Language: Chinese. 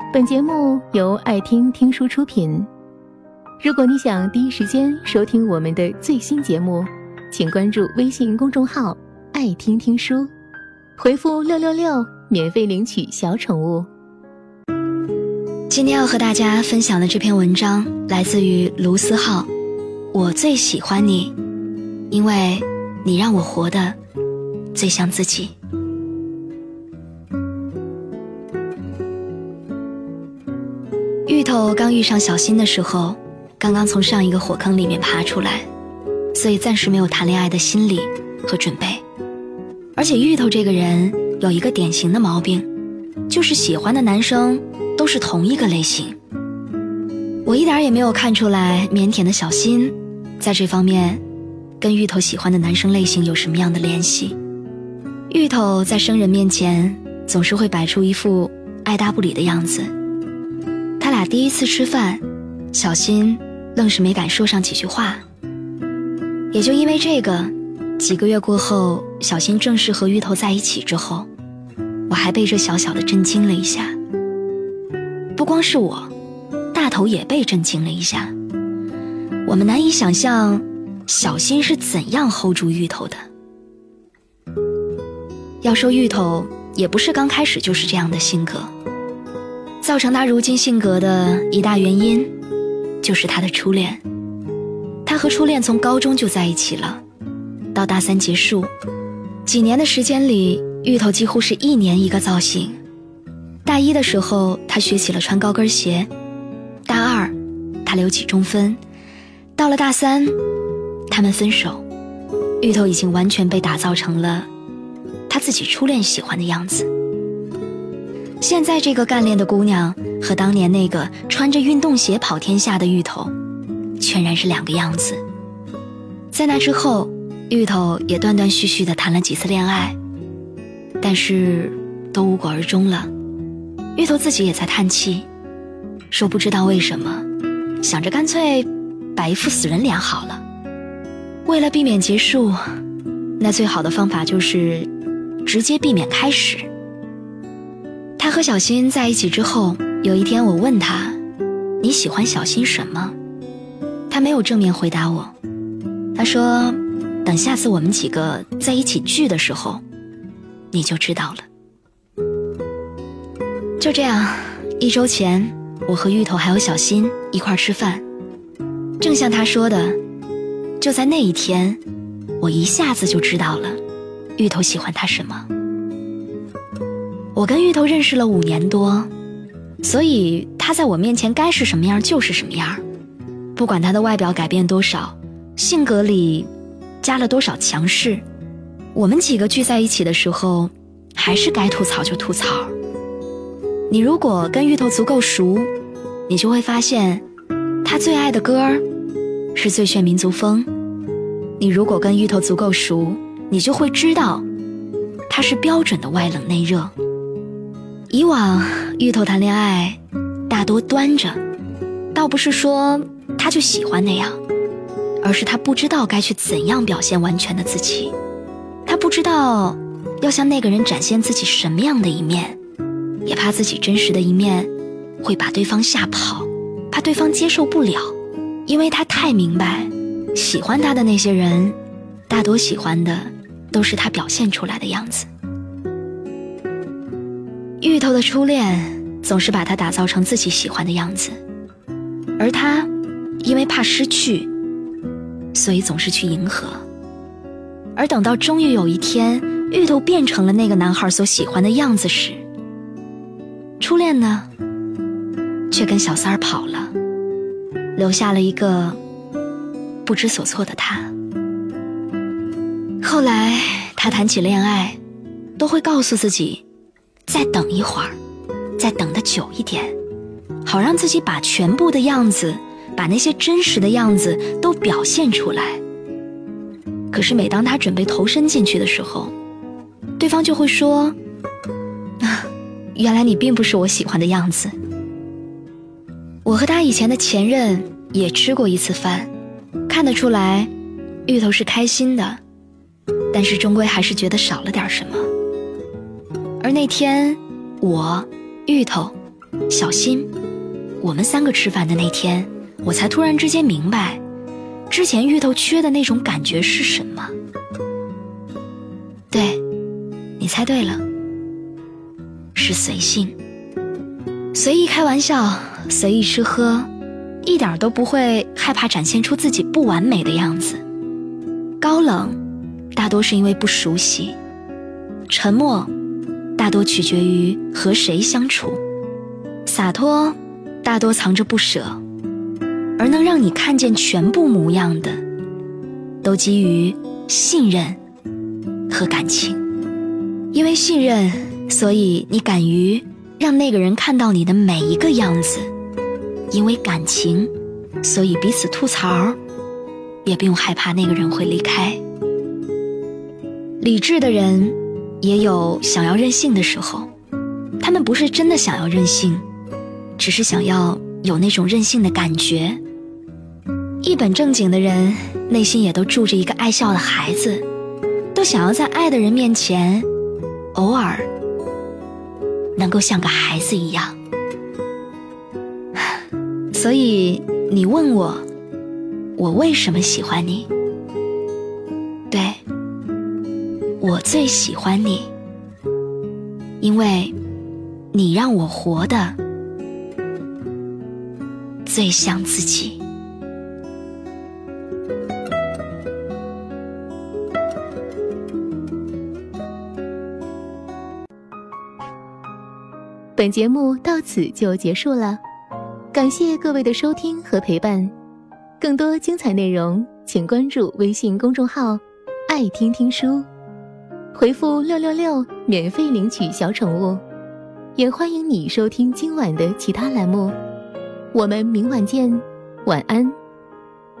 本节目由爱听听书出品。如果你想第一时间收听我们的最新节目，请关注微信公众号爱听听书，回复666免费领取小宠物。 今天要和大家分享的这篇文章来自于卢思浩，我最喜欢你，因为你让我活得最像自己。芋头刚遇上小新的时候，刚刚从上一个火坑里面爬出来，所以暂时没有谈恋爱的心理和准备。而且芋头这个人有一个典型的毛病，就是喜欢的男生都是同一个类型。我一点也没有看出来腼腆的小新在这方面跟芋头喜欢的男生类型有什么样的联系。芋头在生人面前总是会摆出一副爱答不理的样子，他俩第一次吃饭，小新愣是没敢说上几句话。也就因为这个，几个月过后，小新正式和芋头在一起之后，我还被这小小的震惊了一下。不光是我，大头也被震惊了一下。我们难以想象小新是怎样 hold 住芋头的。要说芋头也不是刚开始就是这样的性格，造成他如今性格的一大原因就是他的初恋。他和初恋从高中就在一起了，到大三结束，几年的时间里，芋头几乎是一年一个造型。大一的时候他学起了穿高跟鞋，大二他留起中分，到了大三他们分手。芋头已经完全被打造成了他自己初恋喜欢的样子。现在这个干练的姑娘和当年那个穿着运动鞋跑天下的芋头全然是两个样子。在那之后，芋头也断断续续地谈了几次恋爱，但是都无果而终了。芋头自己也在叹气，说不知道为什么，想着干脆摆一副死人脸好了。为了避免结束，那最好的方法就是直接避免开始。他和小新在一起之后，有一天我问他，你喜欢小新什么？他没有正面回答我，他说等下次我们几个在一起聚的时候你就知道了。就这样，1周前我和芋头还有小新一块吃饭，正像他说的，就在那一天我一下子就知道了芋头喜欢他什么。我跟芋头认识了5年多，所以他在我面前该是什么样就是什么样，不管他的外表改变多少，性格里加了多少强势，我们几个聚在一起的时候还是该吐槽就吐槽。你如果跟芋头足够熟，你就会发现他最爱的歌是最炫民族风。你如果跟芋头足够熟，你就会知道他是标准的外冷内热。以往芋头谈恋爱大多端着，倒不是说他就喜欢那样，而是他不知道该去怎样表现完全的自己，他不知道要向那个人展现自己什么样的一面，也怕自己真实的一面会把对方吓跑，怕对方接受不了，因为他太明白，喜欢他的那些人大多喜欢的都是他表现出来的样子。芋头的初恋总是把他打造成自己喜欢的样子，而他因为怕失去，所以总是去迎合。而等到终于有一天，芋头变成了那个男孩所喜欢的样子时，初恋呢却跟小三儿跑了，留下了一个不知所措的他。后来他谈起恋爱都会告诉自己再等一会儿，再等得久一点，好让自己把全部的样子，把那些真实的样子都表现出来。可是每当他准备投身进去的时候，对方就会说，原来你并不是我喜欢的样子。我和他以前的前任也吃过一次饭，看得出来芋头是开心的，但是终归还是觉得少了点什么。而那天我、芋头小新，我们3个吃饭的那天，我才突然之间明白，之前芋头缺的那种感觉是什么。对，你猜对了，是随性。随意开玩笑，随意吃喝，一点都不会害怕展现出自己不完美的样子。高冷大多是因为不熟悉，沉默大多取决于和谁相处，洒脱大多藏着不舍，而能让你看见全部模样的，都基于信任和感情。因为信任，所以你敢于让那个人看到你的每一个样子；因为感情，所以彼此吐槽，也不用害怕那个人会离开。理智的人也有想要任性的时候，他们不是真的想要任性，只是想要有那种任性的感觉。一本正经的人，内心也都住着一个爱笑的孩子，都想要在爱的人面前，偶尔能够像个孩子一样。所以你问我为什么喜欢你？对，我最喜欢你，因为你让我活得最像自己。 本节目到此就结束了，感谢各位的收听和陪伴。更多精彩内容，请关注微信公众号“爱听听书”，回复666免费领取小宠物。也欢迎你收听今晚的其他栏目。我们明晚见，晚安。